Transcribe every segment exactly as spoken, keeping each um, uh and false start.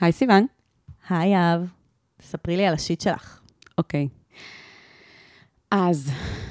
היי סיוון. היי אהב, תספרי לי על השיט שלך. אוקיי. אז,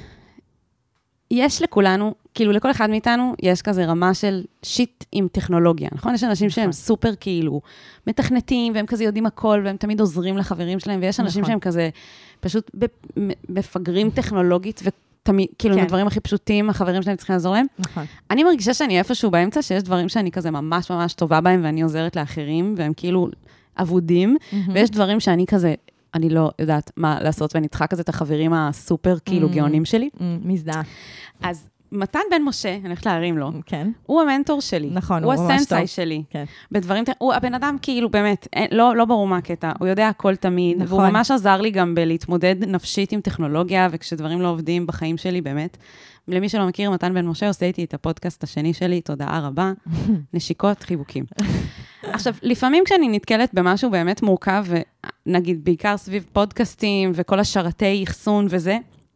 יש לכולנו, כאילו לכל אחד מאיתנו, יש כזה רמה של שיט עם טכנולוגיה, נכון? יש אנשים שהם סופר כאילו מתכנתים, והם כזה יודעים הכל, והם תמיד עוזרים לחברים שלהם, ויש אנשים שהם כזה פשוט מפגרים טכנולוגית, ותמיד, כאילו, הדברים הכי פשוטים, החברים שלהם צריכים לעזור להם. נכון. אני מרגישה שאני איפשהו באמצע, שיש דברים שאני כזה ממש ממש טובה בהם, ואני עוזרת לאחרים, והם כאילו עבודים, ויש דברים שאני כזה, אני לא יודעת מה לעשות, ואני צריכה כזה את החברים הסופר, כאילו, גאונים שלי. מזדהה. אז מתן בן משה, אני הולכת להרים לו, כן. הוא המנטור שלי. נכון, הוא הוא ממש טוב. הסנסאי שלי. כן. בדברים, הוא הבן אדם כאילו, באמת, לא, לא ברור מה הקטע, הוא יודע הכל תמיד, נכון. והוא ממש עזר לי גם בלהתמודד נפשית עם טכנולוגיה, וכשדברים לא עובדים בחיים שלי, באמת. למי שלא מכיר, מתן בן משה עושה איתי את הפודקאסט השני שלי, תודעה רבה, נשיקות, חיבוקים. עכשיו, לפעמים כשאני נתקלת במשהו באמת מורכב, ונגיד בעיקר סביב פודקאסטים וכל השרתי אחסון וזה,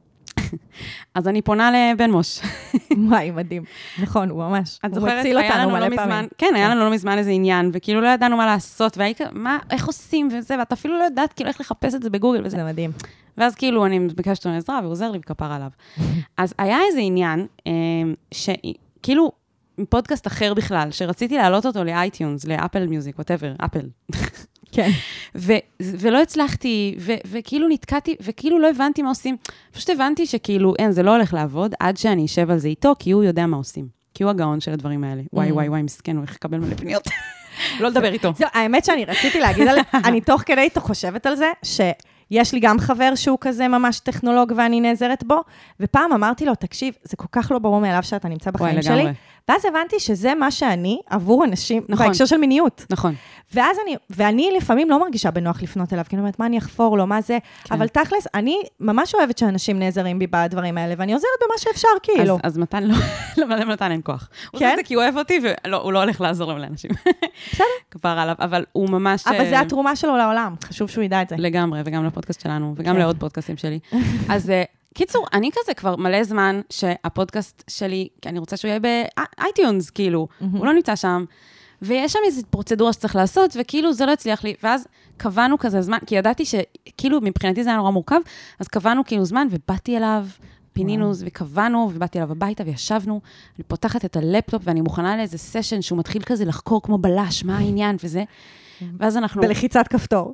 אז אני פונה לבן מוש. וואי, מדהים. נכון, הוא ממש. הוא הציל אותנו מלא פעמים. כן, היה לנו לא מזמן איזה עניין, וכאילו לא ידענו מה לעשות, ואיך עושים וזה, ואת אפילו לא יודעת כאילו איך לחפש את זה בגוגל וזה. זה מדהים. ואז כאילו אני ביקשת לו עזרה, והוא עוזר לי וכפר עליו. אז היה איזה עניין, שכאילו, פודקאסט אחר בכלל, שרציתי להעלות אותו לאייטיונס, לאפל מיוזיק, whatever, אפל. כן. ולא הצלחתי, וכאילו נתקעתי, וכאילו לא הבנתי מה עושים. פשוט הבנתי שכאילו, אין, זה לא הולך לעבוד, עד שאני אשב על זה איתו, כי הוא יודע מה עושים. כי הוא הגאון של הדברים האלה. וואי, וואי, וואי, מסכן, הוא איך לקבל מלא פניות. לא לדבר איתו. זהו, האמת שאני רציתי להגיד, אני תוך כדי איתו חושבת על זה, שיש לי גם חבר שהוא כזה ממש טכנולוג ואני נעזרת בו, ופעם אמרתי לו, תקשיב, זה כל כך לא ברור מאליו שאתה נמצא בחיים שלי, ואז הבנתי שזה מה שאני עבור אנשים, בהקשר של מיניות. נכון. ואז אני, ואני לפעמים לא מרגישה בנוח לפנות אליו, כי אני אומרת, מה אני אחפור לו, מה זה? אבל תכלס, אני ממש אוהבת שאנשים נעזרים בי בדברים האלה, ואני עוזרת במה שאפשר, כאילו. אז מתן לא, למתן אין כוח. הוא עושה את זה כי הוא אוהב אותי, והוא לא הולך לעזור להם לאנשים. בסדר. כבר עליו, אבל הוא ממש... אבל זה התרומה שלו לעולם, חשוב שהוא ידע את זה. לגמרי, וגם לפודקאסט שלנו, וגם לעוד פודקאסטים שלי. אז קיצור, אני כזה כבר מלא זמן שהפודקאסט שלי, כי אני רוצה שהוא יהיה באייטיונס, כאילו, הוא לא נמצא שם, ויש שם איזו פרוצדורה שצריך לעשות, וכאילו זה לא הצליח לי, ואז קבענו כזה זמן, כי ידעתי שכאילו מבחינתי זה היה נורא מורכב, אז קבענו כאילו זמן, ובאתי אליו, פינינו, וקבענו, ובאתי אליו הביתה, וישבנו, אני פותחת את הלפטופ, ואני מוכנה לאיזה סשן, שהוא מתחיל כזה לחקור כמו בלש, מה העניין וזה, ואז אנחנו... בלחיצת כפתור.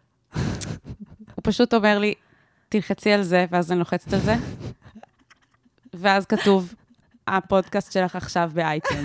הוא פשוט אומר לי, תלחצי על זה, ואז אני לוחצת על זה, ואז כתוב, הפודקאסט שלך עכשיו באייטיונס.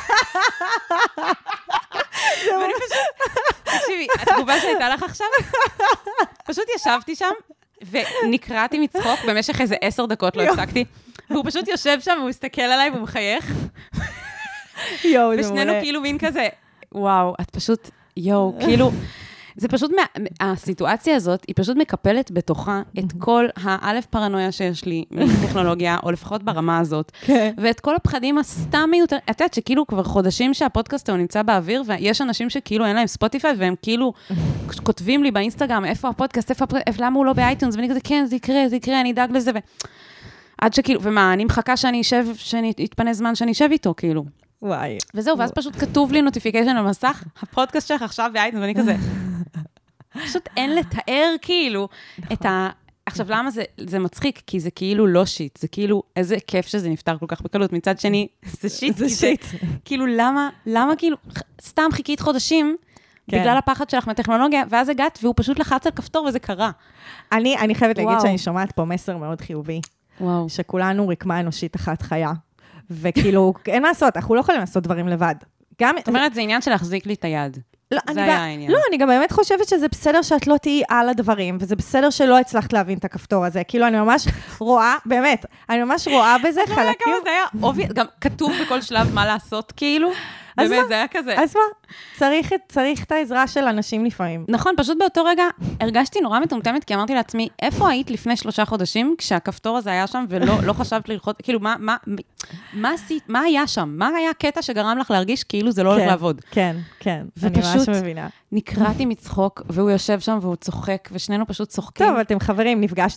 ואני פשוט, תקשיבי, התגובה שהייתה לך עכשיו, פשוט ישבתי שם, ונקרעתי מצחוק במשך איזה עשר דקות, לא הפסקתי, והוא פשוט יושב שם, והוא מסתכל עליי, והוא מחייך, ושנינו כאילו מין כזה, וואו, את פשוט, יואו, כאילו, זה פשוט, הסיטואציה הזאת, היא פשוט מקפלת בתוכה את כל האלף פרנויה שיש לי מטכנולוגיה, או לפחות ברמה הזאת, ואת כל הפחדים הסתם מיותר, את יודעת שכאילו כבר חודשים שהפודקאסט הוא נמצא באוויר, ויש אנשים שכאילו אין להם ספוטיפיי, והם כאילו כותבים לי באינסטגרם, איפה הפודקאסט, איפה הפודקאסט, למה הוא לא באייטיונס, ואני כזה, כן, זה יקרה, זה יקרה, אני אדאג לזה, עד שכאילו, ומה, אני מחכה שאני אשב, שאני אתפנה זמן שאני אשב איתו, כאילו. וואי. וזהו, ואז פשוט כתוב לי נוטיפיקיישן במסך, הפודקאסט שלך עכשיו באייטיונס, ואני כזה, פשוט אין לתאר כאילו את ה... עכשיו, למה זה, זה מצחיק? כי זה כאילו לא שיט, זה כאילו, איזה כיף שזה נפטר כל כך בקלות. מצד שני, זה שיט. זה שיט. כאילו, למה, למה כאילו, סתם חיכית חודשים, בגלל הפחד שלך מהטכנולוגיה, ואז הגעת, והוא פשוט לחץ על כפתור, וזה קרה. אני, אני חייבת להגיד שאני שומעת פה מסר מאוד חיובי. וואו. שכולנו רקמה אנושית אחת חיה. וכאילו, אין מה לעשות, אנחנו לא יכולים לעשות דברים לבד. זאת אומרת, זה עניין של להחזיק לי את היד. לא, זה היה העניין. לא, אני גם באמת חושבת שזה בסדר שאת לא תהיי על הדברים, וזה בסדר שלא הצלחת להבין את הכפתור הזה. כאילו, אני ממש רואה, באמת, אני ממש רואה בזה חלקים. לא יודע כמה זה היה אובי, גם כתוב בכל שלב מה לעשות, כאילו. באמת, זה היה כזה. אז מה? צריך, צריך את העזרה של אנשים לפעמים. נכון, פשוט באותו רגע הרגשתי נורא מטומטמת, כי אמרתי לעצמי, איפה היית לפני שלושה חודשים, כשהכפתור הזה היה שם, ולא לא חשבת ללחוץ, כאילו, מה, מה, מה, מה היה שם? מה היה הקטע שגרם לך להרגיש כאילו זה לא הולך לעבוד? כן, כן, אני ממש מבינה. נקרעתי מצחוק, והוא יושב שם והוא צוחק, ושנינו פשוט צוחקים. טוב, אתם חברים, נפגשתם.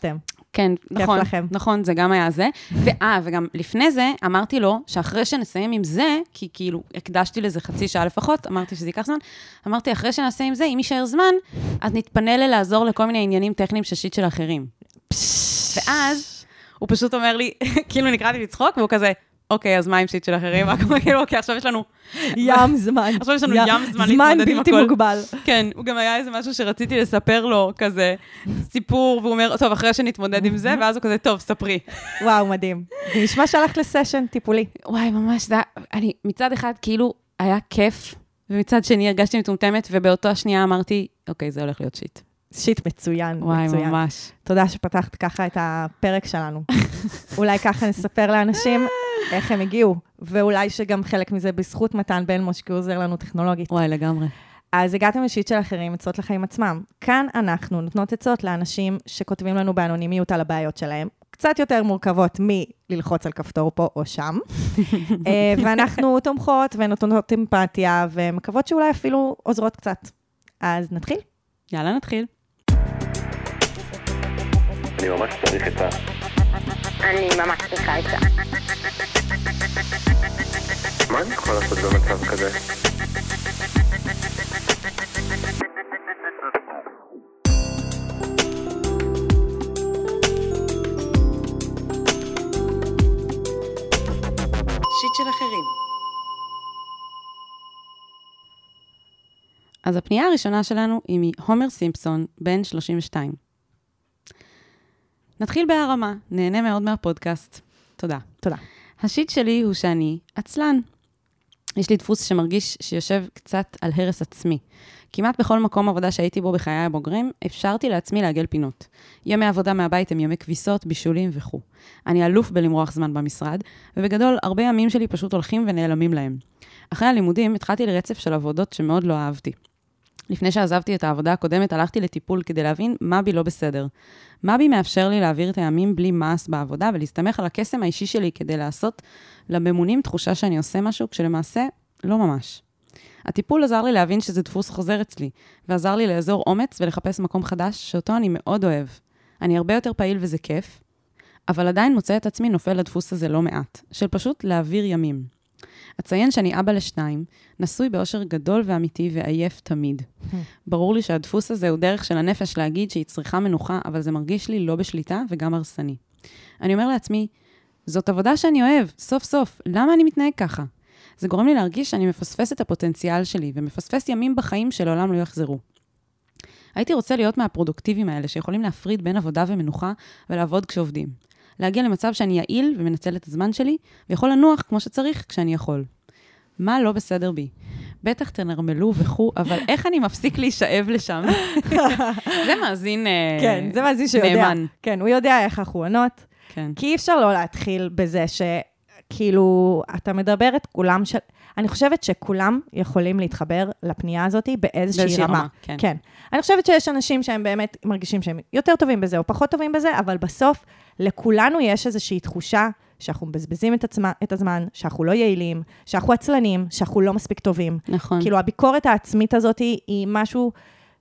כן, נכון, לכם. נכון, זה גם היה זה. ואה, וגם לפני זה, אמרתי לו, שאחרי שנסיים עם זה, כי כאילו, הקדשתי לזה חצי שעה לפחות, אמרתי שזה ייקח זמן, אמרתי, אחרי שנעשה עם זה, אם יישאר זמן, אז נתפנה ללעזור לכל מיני עניינים טכניים של שיט של אחרים. ואז, הוא פשוט אומר לי, כאילו נקראתי לצחוק, והוא כזה, אוקיי, אז מה עם שיט של אחרים? כאילו, אוקיי, עכשיו יש לנו... ים זמן. עכשיו יש לנו ים זמן להתמודד עם זמן הכל. בלתי מוגבל. כן, הוא גם היה איזה משהו שרציתי לספר לו, כזה סיפור, והוא אומר, טוב, אחרי שנתמודד עם זה, ואז הוא כזה, טוב, ספרי. וואו, מדהים. זה נשמע שהלכת לסשן טיפולי. וואי, ממש, זה, אני, מצד אחד, כאילו, היה כיף, ומצד שני, הרגשתי מטומטמת, ובאותו השנייה אמרתי, אוקיי, זה הולך להיות שיט. שיט מצוין, וואי, מצוין. ממש. תודה שפתחת ככה את הפרק שלנו. אולי ככה נספר לאנשים איך הם הגיעו, ואולי שגם חלק מזה בזכות מתן בן מוש, כי הוא עוזר לנו טכנולוגית. וואי, לגמרי. אז הגעתם לשיט של אחרים, עצות לחיים עצמם. כאן אנחנו נותנות עצות לאנשים שכותבים לנו באנונימיות על הבעיות שלהם, קצת יותר מורכבות מללחוץ על כפתור פה או שם, ואנחנו תומכות ונותנות אמפתיה, ומקוות שאולי אפילו עוזרות קצת. אז נתחיל? יאללה, נתחיל. אני ממש צריך את ה... אני ממש צריכה את זה. מה אני יכול לעשות במצב כזה? שיט של אחרים. אז הפנייה הראשונה שלנו היא מהומר סימפסון, בן שלושים ושתיים. נתחיל בהרמה, נהנה מאוד מהפודקאסט. תודה. תודה. השיט שלי הוא שאני עצלן. יש לי דפוס שמרגיש שיושב קצת על הרס עצמי. כמעט בכל מקום עבודה שהייתי בו בחיי הבוגרים, אפשרתי לעצמי לעגל פינות. ימי עבודה מהבית הם ימי כביסות, בישולים וכו'. אני אלוף בלמרוח זמן במשרד, ובגדול הרבה ימים שלי פשוט הולכים ונעלמים להם. אחרי הלימודים התחלתי לרצף של עבודות שמאוד לא אהבתי. לפני שעזבתי את העבודה הקודמת, הלכתי לטיפול כדי להבין מה בי לא בסדר. מה בי מאפשר לי להעביר את הימים בלי מס בעבודה, ולהסתמך על הקסם האישי שלי כדי לעשות לממונים תחושה שאני עושה משהו, כשלמעשה לא ממש. הטיפול עזר לי להבין שזה דפוס חוזר אצלי, ועזר לי לאזור אומץ ולחפש מקום חדש, שאותו אני מאוד אוהב. אני הרבה יותר פעיל וזה כיף, אבל עדיין מוצא את עצמי נופל לדפוס הזה לא מעט, של פשוט להעביר ימים. אציין שאני אבא לשניים, נשוי באושר גדול ואמיתי ועייף תמיד. ברור לי שהדפוס הזה הוא דרך של הנפש להגיד שהיא צריכה מנוחה, אבל זה מרגיש לי לא בשליטה וגם הרסני. אני אומר לעצמי, זאת עבודה שאני אוהב, סוף סוף, למה אני מתנהג ככה? זה גורם לי להרגיש שאני מפספס את הפוטנציאל שלי, ומפספס ימים בחיים שלעולם לא יחזרו. הייתי רוצה להיות מהפרודוקטיביים האלה, שיכולים להפריד בין עבודה ומנוחה, ולעבוד כשעובדים. להגיע למצב שאני יעיל ומנצל את הזמן שלי, ויכול לנוח כמו שצריך כשאני יכול. מה לא בסדר בי? בטח תנרמלו וכו', אבל איך אני מפסיק להישאב לשם? זה מאזין נאמן. כן, זה מאזין שיודע. כן, הוא יודע איך אנחנו עונות. כן. כי אי אפשר לא להתחיל בזה שכאילו, אתה מדבר את כולם של... אני חושבת שכולם יכולים להתחבר לפנייה הזאת באיזושהי רמה. כן. כן. אני חושבת שיש אנשים שהם באמת מרגישים שהם יותר טובים בזה או פחות טובים בזה, אבל בסוף לכולנו יש איזושהי תחושה שאנחנו מבזבזים את, עצמה, את הזמן, שאנחנו לא יעילים, שאנחנו עצלנים, שאנחנו לא מספיק טובים. נכון. כאילו הביקורת העצמית הזאת היא משהו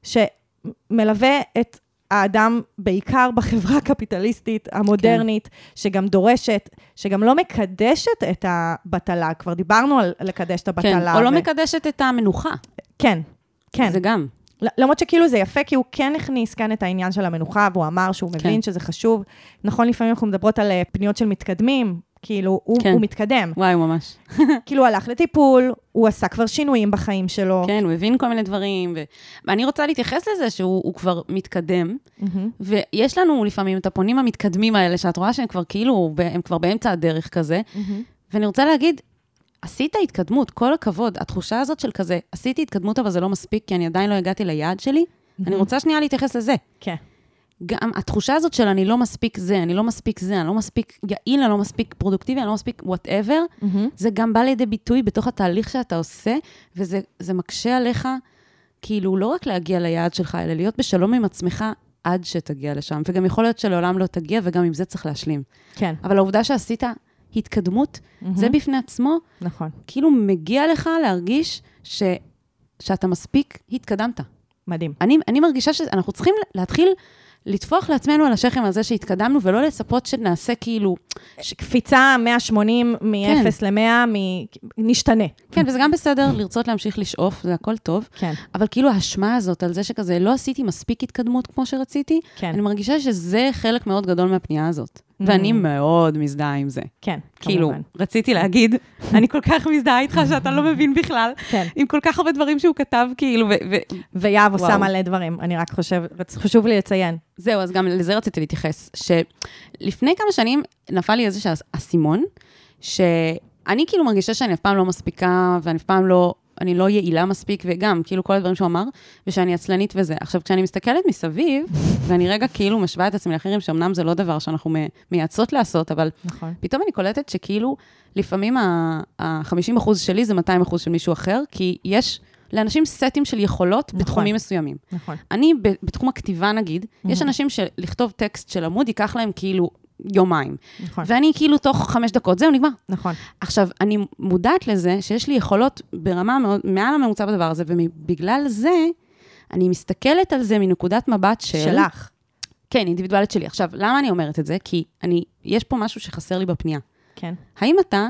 שמלווה את האדם בעיקר בחברה הקפיטליסטית המודרנית, כן. שגם דורשת, שגם לא מקדשת את הבטלה. כבר דיברנו על לקדש את הבטלה. כן, או ו... לא מקדשת את המנוחה. כן, כן. זה גם. למרות שכאילו זה יפה, כי הוא כן הכניס כאן את העניין של המנוחה, והוא אמר שהוא מבין כן. שזה חשוב. נכון, לפעמים אנחנו מדברות על פניות של מתקדמים, כאילו הוא, כן. הוא מתקדם. וואי, ממש. כאילו הוא הלך לטיפול, הוא עשה כבר שינויים בחיים שלו. כן, הוא הבין כל מיני דברים, ו... ואני רוצה להתייחס לזה שהוא כבר מתקדם, mm-hmm. ויש לנו לפעמים את הפונים המתקדמים האלה, שאת רואה שהם כבר כאילו, הם כבר באמצע הדרך כזה, mm-hmm. ואני רוצה להגיד, עשית התקדמות, כל הכבוד, התחושה הזאת של כזה, עשיתי התקדמות, אבל זה לא מספיק, כי אני עדיין לא הגעתי ליעד שלי, mm-hmm. אני רוצה שנייה להתייחס לזה. כן. גם התחושה הזאת של אני לא מספיק זה, אני לא מספיק זה, אני לא מספיק יעיל, אני לא מספיק פרודוקטיבי, אני לא מספיק whatever, mm-hmm. זה גם בא לידי ביטוי בתוך התהליך שאתה עושה, וזה זה מקשה עליך, כאילו לא רק להגיע ליעד שלך, אלא להיות בשלום עם עצמך עד שתגיע לשם, וגם יכול להיות שלעולם לא תגיע, וגם עם זה צריך להשלים. כן. אבל העובדה שעשית התקדמות, mm-hmm. זה בפני עצמו, נכון. כאילו מגיע לך להרגיש ש, שאתה מספיק התקדמת. מדהים. אני, אני מרגישה שאנחנו צריכים להתחיל לטפוח לעצמנו על השכם הזה שהתקדמנו, ולא לצפות שנעשה כאילו... קפיצה מאה שמונים מ-אפס ל-מאה, נשתנה. כן, וזה גם בסדר לרצות להמשיך לשאוף, זה הכל טוב. כן. אבל כאילו ההשמעה הזאת על זה שכזה, לא עשיתי מספיק התקדמות כמו שרציתי, כן. אני מרגישה שזה חלק מאוד גדול מהפנייה הזאת. ואני מאוד מזדהה עם זה. כן, כאילו, רציתי להגיד, אני כל כך מזדהה איתך שאתה לא מבין בכלל, עם כל כך הרבה דברים שהוא כתב, כאילו, ו... ויאב עושה מלא דברים, אני רק חושב, חשוב לי לציין. זהו, אז גם לזה רציתי להתייחס, שלפני כמה שנים נפל לי איזה אסימון, שאני כאילו מרגישה שאני אף פעם לא מספיקה, ואני אף פעם לא, אני לא יעילה מספיק, וגם, כאילו, כל הדברים שהוא אמר, ושאני עצלנית וזה. עכשיו, כשאני מסתכלת מסביב, ואני רגע כאילו משווה את עצמי לאחרים, שאומנם זה לא דבר שאנחנו מייעצות לעשות, אבל נכון. פתאום אני קולטת שכאילו, לפעמים ה-חמישים אחוז שלי זה מאתיים אחוז של מישהו אחר, כי יש לאנשים סטים של יכולות נכון. בתחומים מסוימים. נכון. אני, בתחום הכתיבה נגיד, mm-hmm. יש אנשים שלכתוב טקסט של עמוד, ייקח להם כאילו יומיים. נכון. ואני כאילו תוך חמש דקות, זהו, נגמר. נכון. עכשיו, אני מודעת לזה שיש לי יכולות ברמה מאוד, מעל הממוצע בדבר הזה, ובגלל זה, אני מסתכלת על זה מנקודת מבט של... שלך. כן, אינדיבידואלית שלי. עכשיו, למה אני אומרת את זה? כי אני, יש פה משהו שחסר לי בפנייה. כן. האם אתה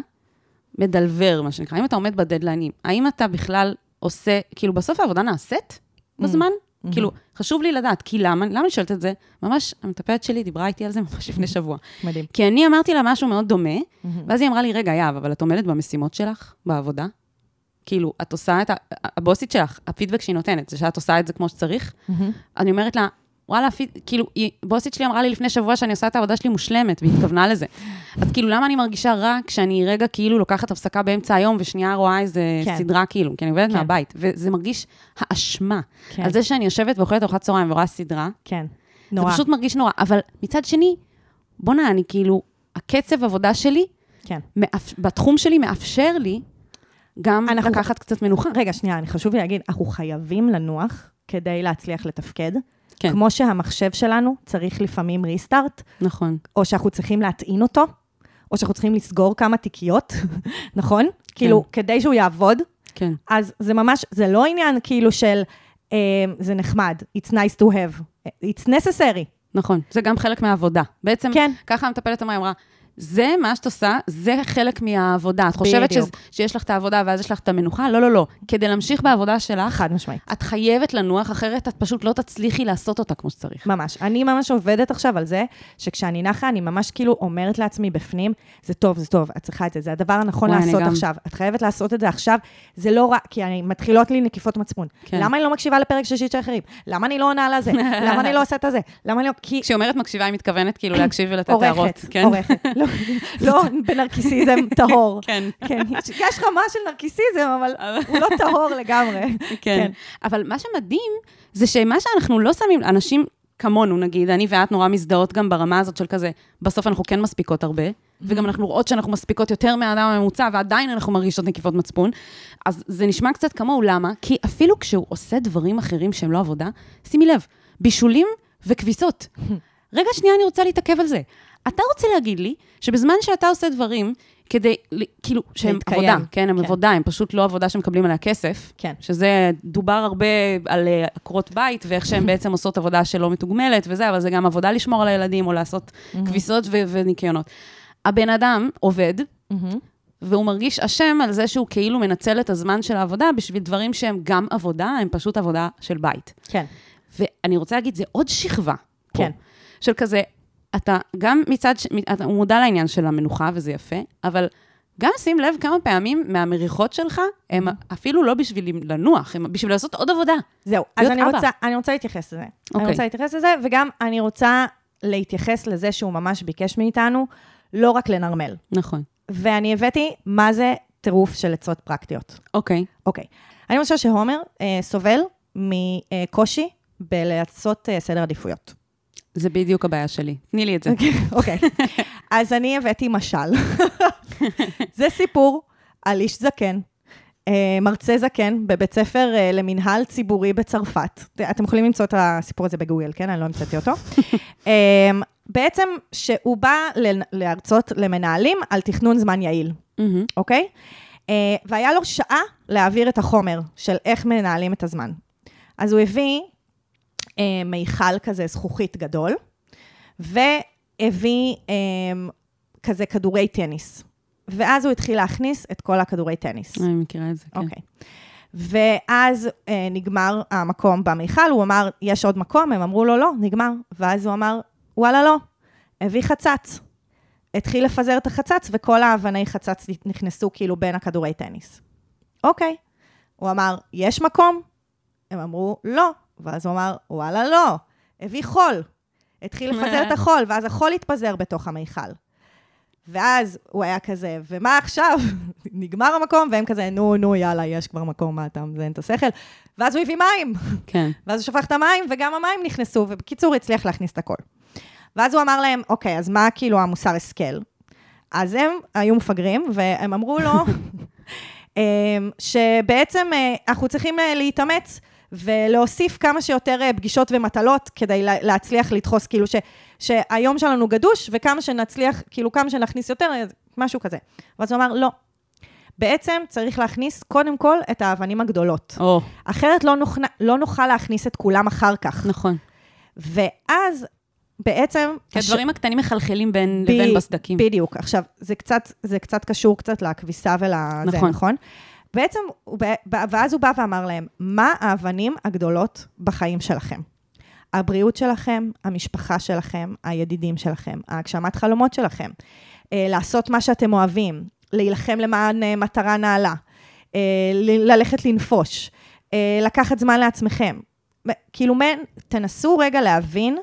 מדלבר, מה שנקרא? האם אתה עומד בדדליינים? האם אתה בכלל עושה, כאילו, בסוף העבודה נעשית בזמן? Mm-hmm. כאילו, חשוב לי לדעת, כי למה? למה אני שואלת את זה? ממש, המטפלת שלי דיברה איתי על זה ממש לפני שבוע. מדהים. כי אני אמרתי לה משהו מאוד דומה, mm-hmm. ואז היא אמרה לי, רגע, יאב, אבל את עומדת במשימות שלך, בעבודה? כאילו, את עושה את, הבוסית שלך, הפידבק שהיא נותנת, זה שאת עושה את זה כמו שצריך. Mm-hmm. אני אומרת לה, וואלה, כאילו, בוסית שלי אמרה לי לפני שבוע שאני עושה את העבודה שלי מושלמת, והיא התכוונה לזה. אז כאילו, למה אני מרגישה רע כשאני רגע כאילו לוקחת הפסקה באמצע היום, ושנייה רואה איזה כן. סדרה כאילו, כי אני עובדת כן. מהבית, וזה מרגיש האשמה. כן. על זה שאני יושבת ואוכלת ארוחת צהריים ורואה סדרה. כן, נורא. זה פשוט מרגיש נורא. אבל מצד שני, בונה, אני כאילו, הקצב עבודה שלי, כן. מאפ... בתחום שלי מאפשר לי, גם אנחנו... לקחת קצת מנוחה. רגע, שנייה, אני חשוב לי להגיד, אנחנו חייבים לנוח כדי להצליח לתפקד. כן. כמו שהמחשב שלנו צריך לפעמים ריסטארט, נכון. או שאנחנו צריכים להטעין אותו, או שאנחנו צריכים לסגור כמה תיקיות, נכון? כן. כאילו, כדי שהוא יעבוד, כן. אז זה ממש, זה לא עניין כאילו של, אה, זה נחמד, it's nice to have, it's necessary. נכון, זה גם חלק מהעבודה. בעצם, כן. ככה המטפלת אמרה, אמרה, זה מה שאת עושה, זה חלק מהעבודה. את חושבת ש... שיש לך את העבודה, ואז יש לך את המנוחה? לא, לא, לא. כדי להמשיך בעבודה שלך, חד משמעית. את חייבת לנוח, אחרת את פשוט לא תצליחי לעשות אותה כמו שצריך. ממש. אני ממש עובדת עכשיו על זה, שכשאני נחה, אני ממש כאילו אומרת לעצמי בפנים, זה טוב, זה טוב, את צריכה את זה, זה הדבר הנכון לעשות גם... עכשיו. את חייבת לעשות את זה עכשיו, זה לא רע, כי אני מתחילות לי נקיפות מצפון. כן. למה אני לא מקשיבה לפרק שישית של אחרים? למה אני לא עונה לזה? למה אני לא עושה את זה? למה אני לא... כי... כשאומרת מקשיבה, היא מתכוונת כאילו להקשיב ולתת הערות. כן? עורכת, לא, לא בנרקיסיזם טהור. כן. כן. יש רמה של נרקיסיזם, אבל הוא לא טהור לגמרי. כן. אבל מה שמדהים, זה שמה שאנחנו לא שמים, אנשים כמונו, נגיד, אני ואת נורא מזדהות גם ברמה הזאת של כזה, בסוף אנחנו כן מספיקות הרבה, וגם אנחנו רואות שאנחנו מספיקות יותר מהאדם הממוצע, ועדיין אנחנו מרגישות נקיפות מצפון. אז זה נשמע קצת כמוהו, למה? כי אפילו כשהוא עושה דברים אחרים שהם לא עבודה, שימי לב, בישולים וכביסות. רגע שנייה, אני רוצה להתעכב על זה. אתה רוצה להגיד לי שבזמן שאתה עושה דברים, כדי, כאילו, שהם להתקיים. עבודה, כן, הם כן. עבודה, הם פשוט לא עבודה שמקבלים עליה כסף, כן. שזה דובר הרבה על עקרות בית, ואיך שהן בעצם עושות עבודה שלא מתוגמלת וזה, אבל זה גם עבודה לשמור על הילדים, או לעשות כביסות ו- וניקיונות. הבן אדם עובד, והוא מרגיש אשם על זה שהוא כאילו מנצל את הזמן של העבודה, בשביל דברים שהם גם עבודה, הם פשוט עבודה של בית. כן. ואני רוצה להגיד, זה עוד שכבה. כן. פה, של כזה, אתה גם מצד, אתה מודע לעניין של המנוחה, וזה יפה, אבל גם שים לב כמה פעמים מהמריחות שלך, הם אפילו לא בשביל לנוח, הם בשביל לעשות עוד עבודה. זהו, אז אני רוצה, אני רוצה להתייחס לזה. אני רוצה להתייחס לזה, וגם אני רוצה להתייחס לזה שהוא ממש ביקש מאיתנו, לא רק לנרמל. נכון. ואני הבאתי מה זה טירוף של עצות פרקטיות. אוקיי. אוקיי. אני חושבת שהומר אה, סובל מקושי בלעשות אה, סדר עדיפויות. זה בדיוק הבעיה שלי. תני לי את זה. אוקיי. אז אני הבאתי משל. זה סיפור על איש זקן, מרצה זקן, בבית ספר למנהל ציבורי בצרפת. אתם יכולים למצוא את הסיפור הזה בגוגל, כן? אני לא המצאתי אותו. בעצם שהוא בא להרצות למנהלים על תכנון זמן יעיל. אוקיי? והיה לו שעה להעביר את החומר של איך מנהלים את הזמן. אז הוא הביא מיכל כזה זכוכית גדול, והביא כזה כדורי טניס. ואז הוא התחיל להכניס את כל הכדורי טניס. אני מכירה את זה, כן. אוקיי. ואז אה, נגמר המקום במיכל, הוא אמר, יש עוד מקום, הם אמרו לו, לא, נגמר. ואז הוא אמר, וואלה, לא. הביא חצץ. התחיל לפזר את החצץ, וכל האבני חצץ נכנסו כאילו בין הכדורי טניס. אוקיי. הוא אמר, יש מקום? הם אמרו, לא. ואז הוא אמר, וואלה, לא. הביא חול. התחיל לפזר את החול, ואז החול התפזר בתוך המיכל. ואז הוא היה כזה, ומה עכשיו? נגמר המקום, והם כזה, נו, נו, יאללה, יש כבר מקום, מה אתה מזיין את השכל? ואז הוא הביא מים. כן. ואז הוא שפך את המים, וגם המים נכנסו, ובקיצור, הצליח להכניס את הכל. ואז הוא אמר להם, אוקיי, אז מה כאילו המוסר השכל? אז הם היו מפגרים, והם אמרו לו, שבעצם אנחנו צריכים להתאמץ, ולהוסיף כמה שיותר פגישות ומטלות, כדי להצליח לדחוס, כאילו ש, שהיום שלנו גדוש, וכמה שנצליח, כאילו כמה שנכניס יותר, משהו כזה. ואז הוא אמר, לא. בעצם צריך להכניס קודם כל את האבנים הגדולות. או. אחרת לא נוכל, לא נוכל להכניס את כולם אחר כך. נכון. ואז בעצם... כי הדברים הקטנים מחלחלים בין לבין בסדקים. בדיוק. עכשיו, זה קצת, זה קצת קשור קצת לכביסה ולזה, נכון? נכון? בעצם, ואז הוא בא ואמר להם, מה האבנים הגדולות בחיים שלכם? הבריאות שלכם, המשפחה שלכם, הידידים שלכם, ההגשמת חלומות שלכם, לעשות מה שאתם אוהבים, להילחם למען מטרה נעלה, ללכת לנפוש, לקחת זמן לעצמכם. כאילו, תנסו רגע להבין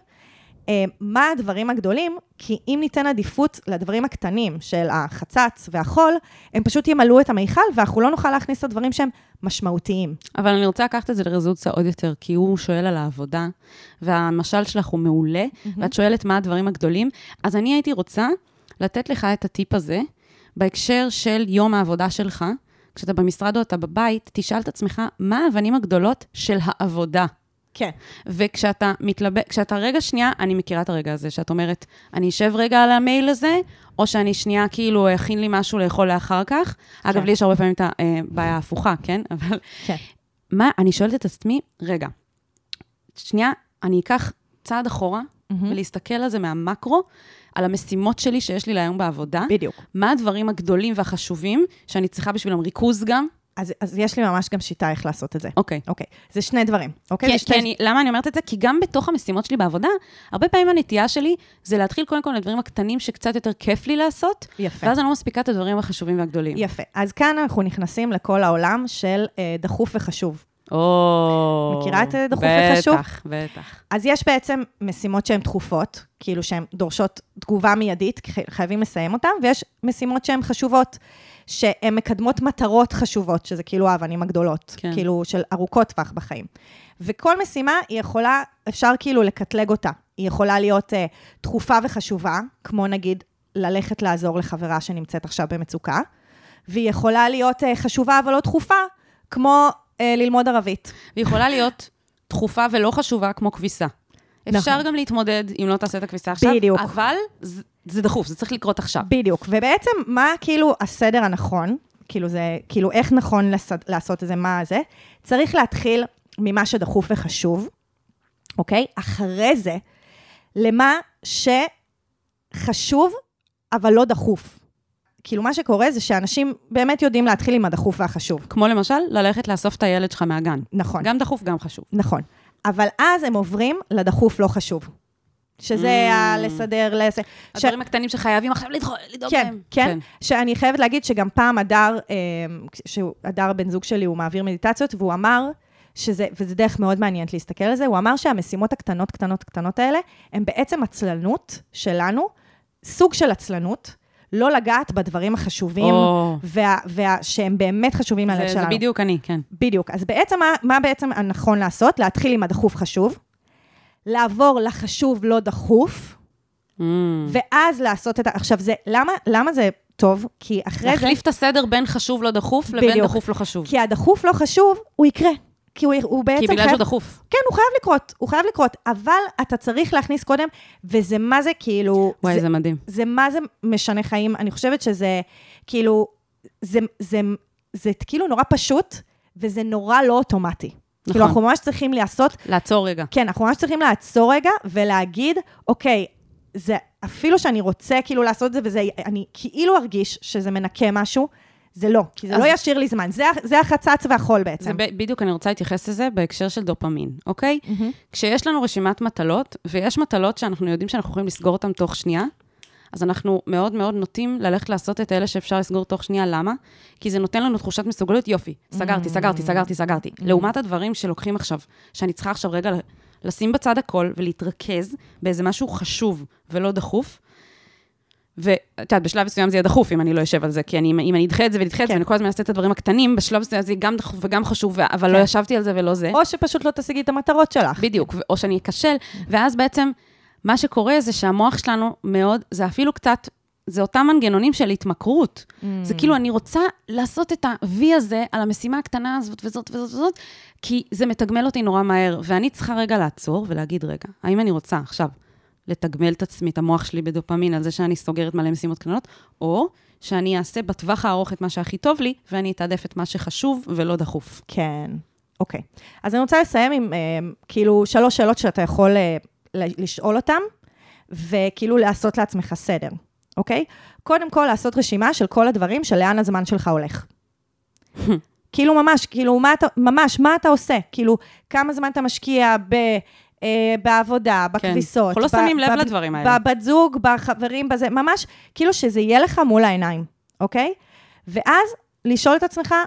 מה הדברים הגדולים, כי אם ניתן עדיפות לדברים הקטנים של החצץ והחול, הם פשוט ימלאו את המיכל, ואנחנו לא נוכל להכניס את הדברים שהם משמעותיים. אבל אני רוצה לקחת את זה לרזולוציה עוד יותר, כי הוא שואל על העבודה, והמשל שלך הוא מעולה, mm-hmm. ואת שואלת מה הדברים הגדולים, אז אני הייתי רוצה לתת לך את הטיפ הזה, בהקשר של יום העבודה שלך, כשאתה במשרד או אתה בבית, תשאל את עצמך, מה האבנים הגדולות של העבודה? כן. וכשאתה מתלבט, כשאתה רגע שנייה, אני מכירה את הרגע הזה, שאת אומרת, אני אשב רגע על המייל הזה, או שאני שנייה כאילו הכין לי משהו לאכול לאחר כך. כן. אגב, לי יש הרבה פעמים את הבעיה ההפוכה, כן? אבל כן. מה, אני שואלת את עצמי, רגע, שנייה, אני אקח צעד אחורה, mm-hmm. ולהסתכל על זה מהמקרו, על המשימות שלי שיש לי להיום בעבודה. בדיוק. מה הדברים הגדולים והחשובים, שאני צריכה בשבילם ריכוז גם, אז, אז יש לי ממש גם שיטה איך לעשות את זה. אוקיי. אוקיי. זה שני דברים. אוקיי? כן, שתי... כן, למה אני אומרת את זה? כי גם בתוך המשימות שלי בעבודה, הרבה פעמים הנטייה שלי זה להתחיל קודם כל לדברים הקטנים שקצת יותר כיף לי לעשות, יפה. ואז אני לא מספיקה את הדברים החשובים והגדולים. יפה. אז כאן אנחנו נכנסים לכל העולם של אה, דחוף וחשוב. או... מכירה את דחוף בטח, וחשוב? בטח, בטח. אז יש בעצם משימות שהן דחופות, כאילו שהן דורשות תגובה מיידית, חייבים לסיים אותן, ויש משימות שהן חשובות, שהן מקדמות מטרות חשובות, שזה כאילו האבנים הגדולות, כן. כאילו של ארוכות טווח בחיים. וכל משימה היא יכולה, אפשר כאילו לקטלג אותה. היא יכולה להיות uh, דחופה וחשובה, כמו נגיד ללכת לעזור לחברה שנמצאת עכשיו במצוקה, והיא יכולה להיות uh, חשובה אבל לא דחופה, כמו uh, ללמוד ערבית. והיא יכולה להיות דחופה ולא חשובה כמו כביסה. אפשר נכון. גם להתמודד אם לא תעשה את הכביסה עכשיו, בדיוק. אבל זה, זה דחוף, זה צריך לקרות עכשיו. בדיוק, ובעצם מה כאילו הסדר הנכון, כאילו זה, כאילו איך נכון לסד, לעשות את זה, מה זה, צריך להתחיל ממה שדחוף וחשוב, אוקיי? אחרי זה, למה שחשוב, אבל לא דחוף. כאילו מה שקורה זה שאנשים באמת יודעים להתחיל עם הדחוף והחשוב. כמו למשל, ללכת לאסוף את הילד שלך מהגן. נכון. גם דחוף, גם חשוב. נכון. אבל אז הם עוברים לדחוף לא חשוב. שזה mm. לסדר, לס... הדברים ש... הקטנים שחייבים עכשיו לדאוג כן, להם. כן, כן. שאני חייבת להגיד שגם פעם אדר, אדר בן זוג שלי, הוא מעביר מדיטציות, והוא אמר, שזה, וזה דרך מאוד מעניינת להסתכל על זה, הוא אמר שהמשימות הקטנות, קטנות, קטנות האלה, הן בעצם עצלנות שלנו, סוג של עצלנות, לא לגעת בדברים החשובים, oh. וה, וה, שהם באמת חשובים ללב שלנו. זה בדיוק אני, כן. בדיוק. אז בעצם, מה, מה בעצם הנכון לעשות? להתחיל עם הדחוף חשוב, לעבור לחשוב לא דחוף, mm. ואז לעשות את ה... עכשיו, זה, למה, למה זה טוב? כי אחרי זה... להחליף את הסדר בין חשוב לא דחוף, בדיוק. לבין דחוף לא חשוב. כי הדחוף לא חשוב, הוא יקרה. כי הוא, הוא בעצם כי בגלל חייב... שהוא דחוף. כן, הוא חייב לקרות, הוא חייב לקרות, אבל אתה צריך להכניס קודם, וזה מה זה כאילו... וואי, זה, זה מדהים. זה מה זה משנה חיים, אני חושבת שזה כאילו, זה, זה, זה, זה כאילו נורא פשוט, וזה נורא לא אוטומטי. כאילו, אנחנו ממש צריכים לעשות... לעצור רגע. כן, אנחנו ממש צריכים לעצור רגע ולהגיד, אוקיי, זה אפילו שאני רוצה כאילו לעשות את זה, וזה, אני כאילו ארגיש שזה מנקה משהו, זה לא, כי זה לא ישאיר לי זמן. זה, זה החצץ והחול בעצם. זה בדיוק, אני רוצה להתייחס לזה בהקשר של דופמין, אוקיי? Mm-hmm. כשיש לנו רשימת מטלות, ויש מטלות שאנחנו יודעים שאנחנו יכולים לסגור אותן תוך שנייה, אז אנחנו מאוד מאוד נוטים ללכת לעשות את אלה שאפשר לסגור תוך שנייה. למה? כי זה נותן לנו תחושת מסוגלות, יופי, סגרתי, סגרתי, סגרתי, סגרתי. לעומת הדברים שלוקחים עכשיו, שאני צריכה עכשיו רגע לשים בצד הכל ולהתרכז באיזה משהו חשוב ולא דחוף, ואת יודעת, בשלב מסוים זה יהיה דחוף אם אני לא יושב על זה, כי אני, אם אני אדחה את זה ונדחה את זה, ואני כל הזמן אעשה את הדברים הקטנים, בשלב מסוים זה גם דחוף וגם חשוב, אבל לא ישבתי על זה ולא זה. או שפשוט לא תשיגי את המטרות שלך. בדיוק, או שאני אכשל, ואז בעצם מה שקורה זה שהמוח שלנו מאוד, זה אפילו קצת, זה אותם מנגנונים של התמכרות. זה כאילו, אני רוצה לעשות את ה-V הזה על המשימה הקטנה הזאת וזאת וזאת וזאת, כי זה מתגמל אותי נורא מהר, ואני צריכה רגע לעצור ולהגיד, רגע, האם אני רוצה עכשיו לתגמל את עצמי, את המוח שלי בדופמין, על זה שאני סוגרת מלא משימות קטנות, או שאני אעשה בטווח הארוך את מה שהכי טוב לי, ואני אתעדף את מה שחשוב ולא דחוף. כן, אוקיי. אז אני רוצה לסיים עם, אה, כאילו, שלוש שאלות שאתה יכול אה, לשאול אותם, וכאילו לעשות לעצמך סדר, אוקיי? קודם כל, לעשות רשימה של כל הדברים שלאן הזמן שלך הולך. כאילו ממש, כאילו, מה אתה, ממש, מה אתה עושה? כאילו, כמה זמן אתה משקיע ב... בעבודה, בכביסות. אנחנו לא שמים לב לדברים האלה. בבת זוג, בחברים, בזה, ממש, כאילו שזה יהיה לך מול העיניים, אוקיי? ואז לשאול את עצמך,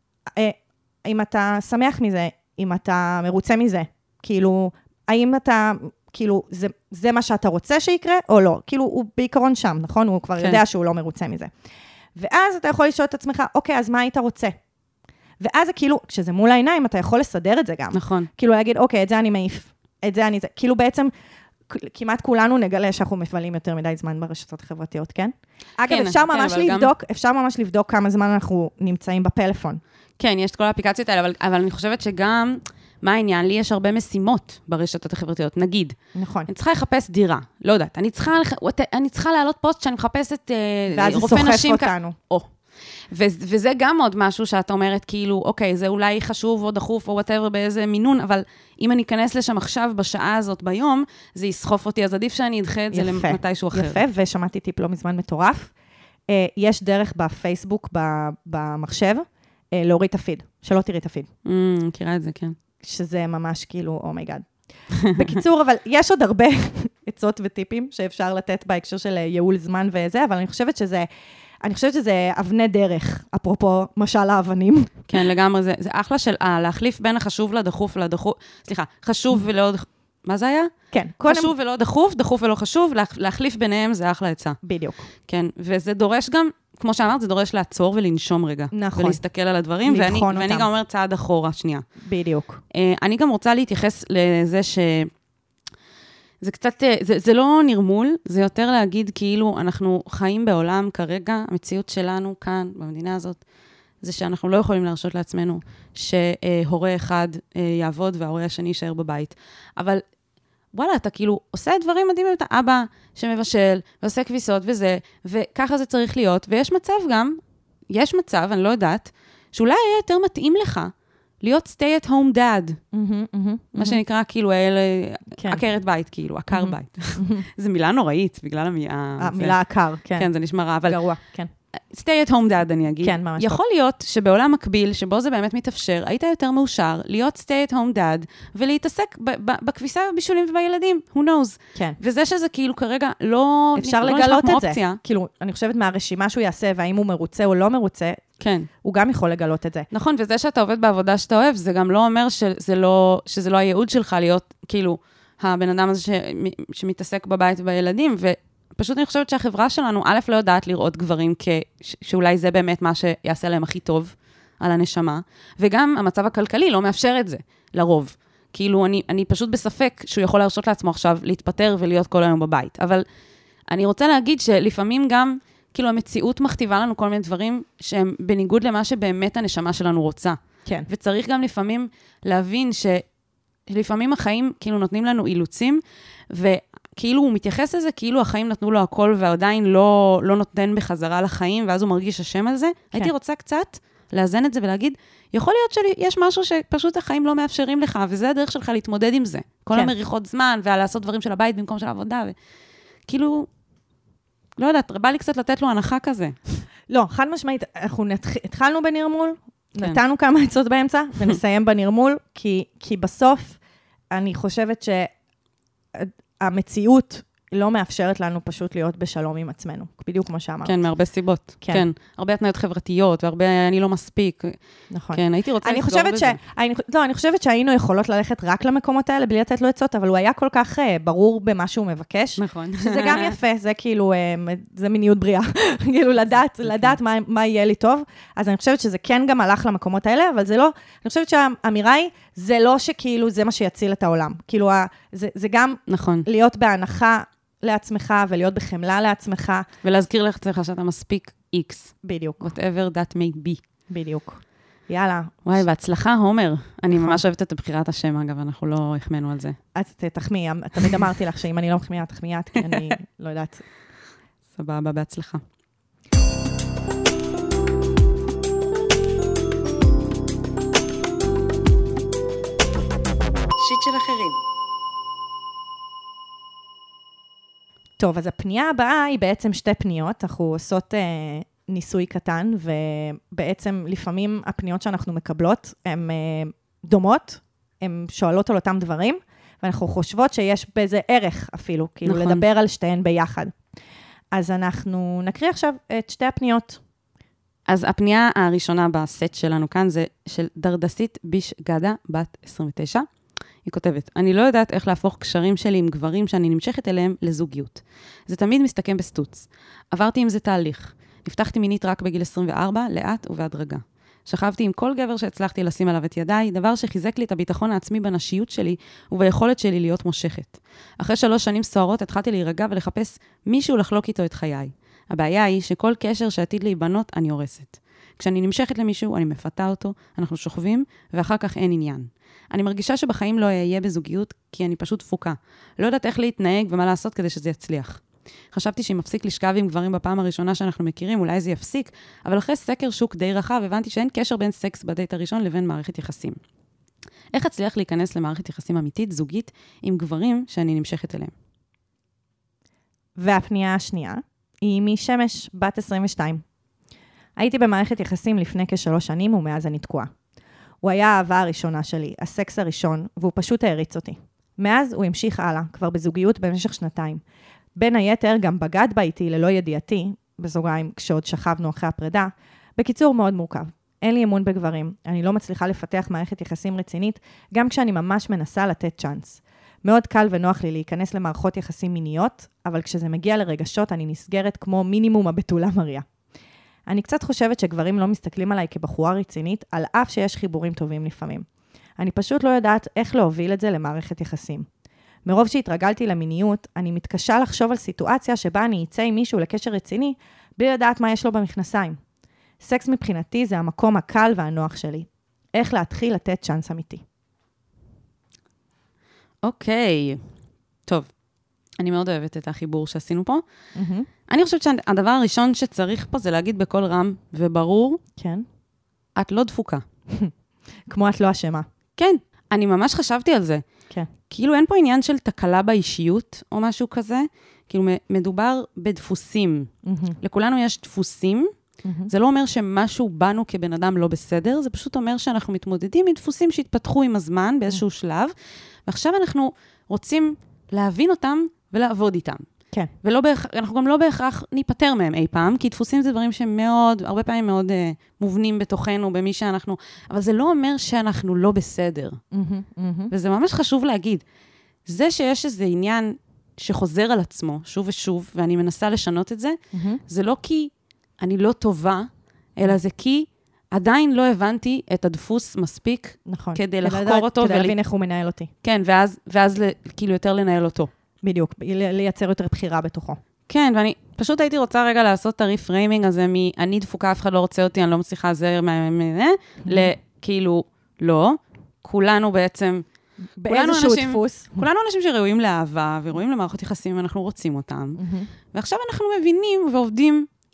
אם אתה שמח מזה, אם אתה מרוצה מזה, כאילו, האם אתה, כאילו, זה, זה מה שאתה רוצה שיקרה, או לא? כאילו, הוא בעיקרון שם, נכון? הוא כבר יודע שהוא לא מרוצה מזה. ואז אתה יכול לשאול את עצמך, אוקיי, אז מה היית רוצה? ואז כאילו, כשזה מול העיניים, אתה יכול לסדר את זה גם. נכון. כאילו להגיד, אוקיי, את זה אני מעיף. את זה אני זה. כאילו בעצם, כמעט כולנו נגלה שאנחנו מפעלים יותר מדי זמן ברשתות החברתיות, כן? אגב, אפשר ממש לבדוק, אפשר ממש לבדוק כמה זמן אנחנו נמצאים בפלאפון. כן, יש את כל האפליקציות האלה, אבל, אבל אני חושבת שגם, מה העניין? לי יש הרבה משימות ברשתות החברתיות, נגיד. נכון. אני צריכה לחפש דירה, לא יודעת, אני צריכה, אני צריכה להעלות פוסט שאני מחפשת רופא נשים. ואז זה סוחף אותנו. או. וזה גם עוד משהו שאת אומרת, כאילו, אוקיי, זה אולי חשוב או דחוף או whatever באיזה מינון, אבל אם אני אכנס לשם עכשיו בשעה הזאת ביום, זה יסחוף אותי, אז עדיף שאני אדחה את זה למתישהו אחר. יפה, ושמעתי טיפ לא מזמן מטורף. יש דרך בפייסבוק, במחשב, להוריד את הפיד, שלא תראי את הפיד. מכירה את זה, כן. שזה ממש כאילו, אומייגאד. בקיצור, אבל יש עוד הרבה עצות וטיפים שאפשר לתת בהקשר של ייעול זמן וזה, אבל אני חושבת שזה... אני חושבת שזה אבני דרך, אפרופו משל האבנים. כן, לגמרי, זה, זה אחלה של, אה, להחליף בין החשוב לדחוף לדחוף, סליחה, חשוב ולא, מה זה היה? כן. חשוב קודם... ולא דחוף, דחוף ולא חשוב, לה, להחליף ביניהם זה אחלה עצה. בדיוק. כן, וזה דורש גם, כמו שאמרת, זה דורש לעצור ולנשום רגע. נכון. ולהסתכל על הדברים, ואני, ואני גם אומר צעד אחורה, שנייה. בדיוק. אה, אני גם רוצה להתייחס לזה ש... זה קצת, זה, זה לא נרמול, זה יותר להגיד כאילו אנחנו חיים בעולם כרגע, המציאות שלנו כאן, במדינה הזאת, זה שאנחנו לא יכולים להרשות לעצמנו שהורה אחד יעבוד וההורה השני יישאר בבית. אבל וואלה, אתה כאילו עושה דברים מדהימים, אתה אבא שמבשל ועושה כביסות וזה, וככה זה צריך להיות, ויש מצב גם, יש מצב, אני לא יודעת, שאולי היה יותר מתאים לך, להיות stay at home dad, מה שנקרא כאילו, עקרת בית, כאילו, עקר בית. זו מילה נוראית, בגלל המילה... המילה עקר, כן. כן, זה נשמע רע, אבל... גרוע, כן. stay at home dad, אני אגיד. כן, ממש. יכול להיות שבעולם מקביל, שבו זה באמת מתאפשר, היית יותר מאושר, להיות stay at home dad, ולהתעסק בכביסה ובישולים ובילדים, who knows. כן. וזה שזה כאילו כרגע לא... אפשר לגלות את זה. כאילו, אני חושבת מהרשימה שהוא יעשה, והאם הוא מרוצה או לא מרוצה, כן. הוא גם יכול לגלות את זה. נכון, וזה שאתה עובד בעבודה שאתה אוהב, זה גם לא אומר שזה לא, שזה לא הייעוד שלך להיות, כאילו, הבן אדם הזה ש, שמתעסק בבית ובילדים, ופשוט אני חושבת שהחברה שלנו, א', לא יודעת לראות גברים כ, שאולי זה באמת מה שיעשה להם הכי טוב על הנשמה, וגם המצב הכלכלי לא מאפשר את זה, לרוב. כאילו, אני, אני פשוט בספק שהוא יכול להרשות לעצמו עכשיו להתפטר ולהיות כל היום בבית. אבל אני רוצה להגיד שלפעמים גם, כאילו המציאות מכתיבה לנו כל מיני דברים שהם בניגוד למה שבאמת הנשמה שלנו רוצה. כן. וצריך גם לפעמים להבין שלפעמים החיים כאילו נותנים לנו אילוצים, וכאילו הוא מתייחס לזה, כאילו החיים נתנו לו הכל ועדיין לא, לא נותן בחזרה לחיים, ואז הוא מרגיש השם על זה. כן. הייתי רוצה קצת לאזן את זה ולהגיד, יכול להיות שיש משהו שפשוט החיים לא מאפשרים לך, וזה הדרך שלך להתמודד עם זה. כל כן. המריחות זמן, ולעשות דברים של הבית במקום של העבודה, וכאילו, לא יודעת, בא לי קצת לתת לו הנחה כזה. לא, חד משמעית, אנחנו נתח... התחלנו בנרמול, כן. נתנו כמה עצות באמצע, ונסיים בנרמול, כי, כי בסוף אני חושבת שהמציאות לא מאפשרת לנו פשוט להיות בשלום עם עצמנו, בדיוק כמו שאמרת. כן, מהרבה סיבות. כן. כן. הרבה התניות חברתיות, והרבה אני לא מספיק. נכון. כן, הייתי רוצה אני לסגור חושבת בזה. ש... אני... לא, אני חושבת שהיינו יכולות ללכת רק למקומות האלה, בלי לתת לו עצות, אבל הוא היה כל כך uh, ברור במה שהוא מבקש. נכון. שזה גם יפה, זה כאילו, uh, זה מיניות בריאה. כאילו, לדעת, לדעת מה, מה יהיה לי טוב. אז אני חושבת שזה כן גם הלך למקומות האלה, אבל זה לא... אני חושבת שהאמירה היא, זה לא שכאילו זה מה שיציל את העולם. כאילו, זה, זה גם נכון. להיות בהנחה לעצמך, ולהיות בחמלה לעצמך. ולהזכיר לך שאתה מספיק X. בדיוק. whatever that may be. בדיוק. יאללה. וואי, בהצלחה, הומר. אני ממש אוהבת את בחירת השם, אגב, אנחנו לא החמאנו על זה. אז תחמיא, תמיד אמרתי לך שאם אני לא מחמיאה, תחמיאה, כי אני לא יודעת. סבבה, בהצלחה. שיט של אחרים. טוב, אז הפנייה הבאה היא בעצם שתי פניות. אנחנו עושות אה, ניסוי קטן, ובעצם לפעמים הפניות שאנחנו מקבלות הן אה, דומות, הן שואלות על אותם דברים, ואנחנו חושבות שיש בזה ערך אפילו, כאילו נכון. לדבר על שתיהן ביחד. אז אנחנו נקריא עכשיו את שתי הפניות. אז הפנייה הראשונה בסט שלנו כאן זה של דרדסית ביש גדה, בת עשרים ותשע. היא כותבת, אני לא יודעת איך להפוך קשרים שלי עם גברים שאני נמשכת אליהם לזוגיות. זה תמיד מסתכם בסטוץ. עברתי עם זה תהליך. נפתחתי מינית רק בגיל עשרים וארבע, לאט ובהדרגה. שכבתי עם כל גבר שהצלחתי לשים עליו את ידיי, דבר שחיזק לי את הביטחון העצמי בנשיות שלי וביכולת שלי להיות מושכת. אחרי שלוש שנים סוערות התחלתי להירגע ולחפש מישהו לחלוק איתו את חיי. הבעיה היא שכל קשר שעתיד להיבנות אני הורסת. כשאני נמשכת למישהו, אני מפתה אותו, אנחנו שוכבים, ואחר כך אין עניין. אני מרגישה שבחיים לא אהיה בזוגיות, כי אני פשוט תפוקה. לא יודעת איך להתנהג ומה לעשות כדי שזה יצליח. חשבתי שאם מפסיק לשכב עם גברים בפעם הראשונה שאנחנו מכירים, אולי זה יפסיק, אבל אחרי סקר שוק די רחב, הבנתי שאין קשר בין סקס בדייט הראשון לבין מערכת יחסים. איך אצליח להיכנס למערכת יחסים אמיתית, זוגית, עם גברים שאני נמשכת אליהם? והפנייה השנייה היא משמש, בת עשרים ושתיים. הייתי במערכת יחסים לפני כשלוש שנים, ומאז אני תקועה. הוא היה האהבה הראשונה שלי, הסקס הראשון, והוא פשוט העריץ אותי. מאז הוא המשיך הלאה, כבר בזוגיות במשך שנתיים. בין היתר גם בגד בה איתי ללא ידיעתי, בסוגריים כשעוד שכבנו אחרי הפרידה, בקיצור מאוד מורכב. אין לי אמון בגברים, אני לא מצליחה לפתח מערכת יחסים רצינית, גם כשאני ממש מנסה לתת צ'אנס. מאוד קל ונוח לי להיכנס למערכות יחסים מיניות, אבל כשזה מגיע לרגשות אני נסגרת כמו מינימום הבתולה מריה. אני קצת חושבת שגברים לא מסתכלים עליי כבחורה רצינית, על אף שיש חיבורים טובים לפעמים. אני פשוט לא יודעת איך להוביל את זה למערכת יחסים. מרוב שהתרגלתי למיניות, אני מתקשה לחשוב על סיטואציה שבה אני אצא עם מישהו לקשר רציני, בלי לדעת מה יש לו במכנסיים. סקס מבחינתי זה המקום הקל והנוח שלי. איך להתחיל לתת צ'אנס אמיתי. אוקיי, טוב. אני מאוד אוהבת את החיבור שעשינו פה. אני חושבת שהדבר הראשון שצריך פה זה להגיד בכל רם וברור, כן. את לא דפוקה. כמו את לא אשמה. כן, אני ממש חשבתי על זה. כן. כאילו אין פה עניין של תקלה באישיות או משהו כזה, כאילו מדובר בדפוסים. לכולנו יש דפוסים, זה לא אומר שמשהו בנו כבן אדם לא בסדר, זה פשוט אומר שאנחנו מתמודדים עם דפוסים שהתפתחו עם הזמן באיזשהו שלב, ועכשיו אנחנו רוצים להבין אותם ולעבוד איתם. כן. ולא בהכרח, אנחנו גם לא בהכרח ניפטר מהם אי פעם, כי דפוסים זה דברים שמאוד, הרבה פעמים מאוד אה, מובנים בתוכנו, במי שאנחנו, אבל זה לא אומר שאנחנו לא בסדר. Mm-hmm, mm-hmm. וזה ממש חשוב להגיד. זה שיש איזה עניין שחוזר על עצמו, שוב ושוב, ואני מנסה לשנות את זה, mm-hmm. זה לא כי אני לא טובה, אלא זה כי עדיין לא הבנתי את הדפוס מספיק, נכון. כדי לחקור לדעת, אותו. כדי ול... להבין איך הוא מנהל אותי. כן, ואז, ואז כאילו יותר לנהל אותו. בדיוק, לייצר יותר בחירה בתוכו. כן, ואני פשוט הייתי רוצה רגע לעשות את הריפריימינג הזה מ"אני דפוקה, אף אחד לא רוצה אותי, אני לא מצליחה לזהר מה... לכאילו, לא. כולנו בעצם... באיזשהו דפוס. כולנו אנשים שראויים לאהבה, וראויים למערכות יחסים, אם אנחנו רוצים אותם. ועכשיו אנחנו מבינים ועובדים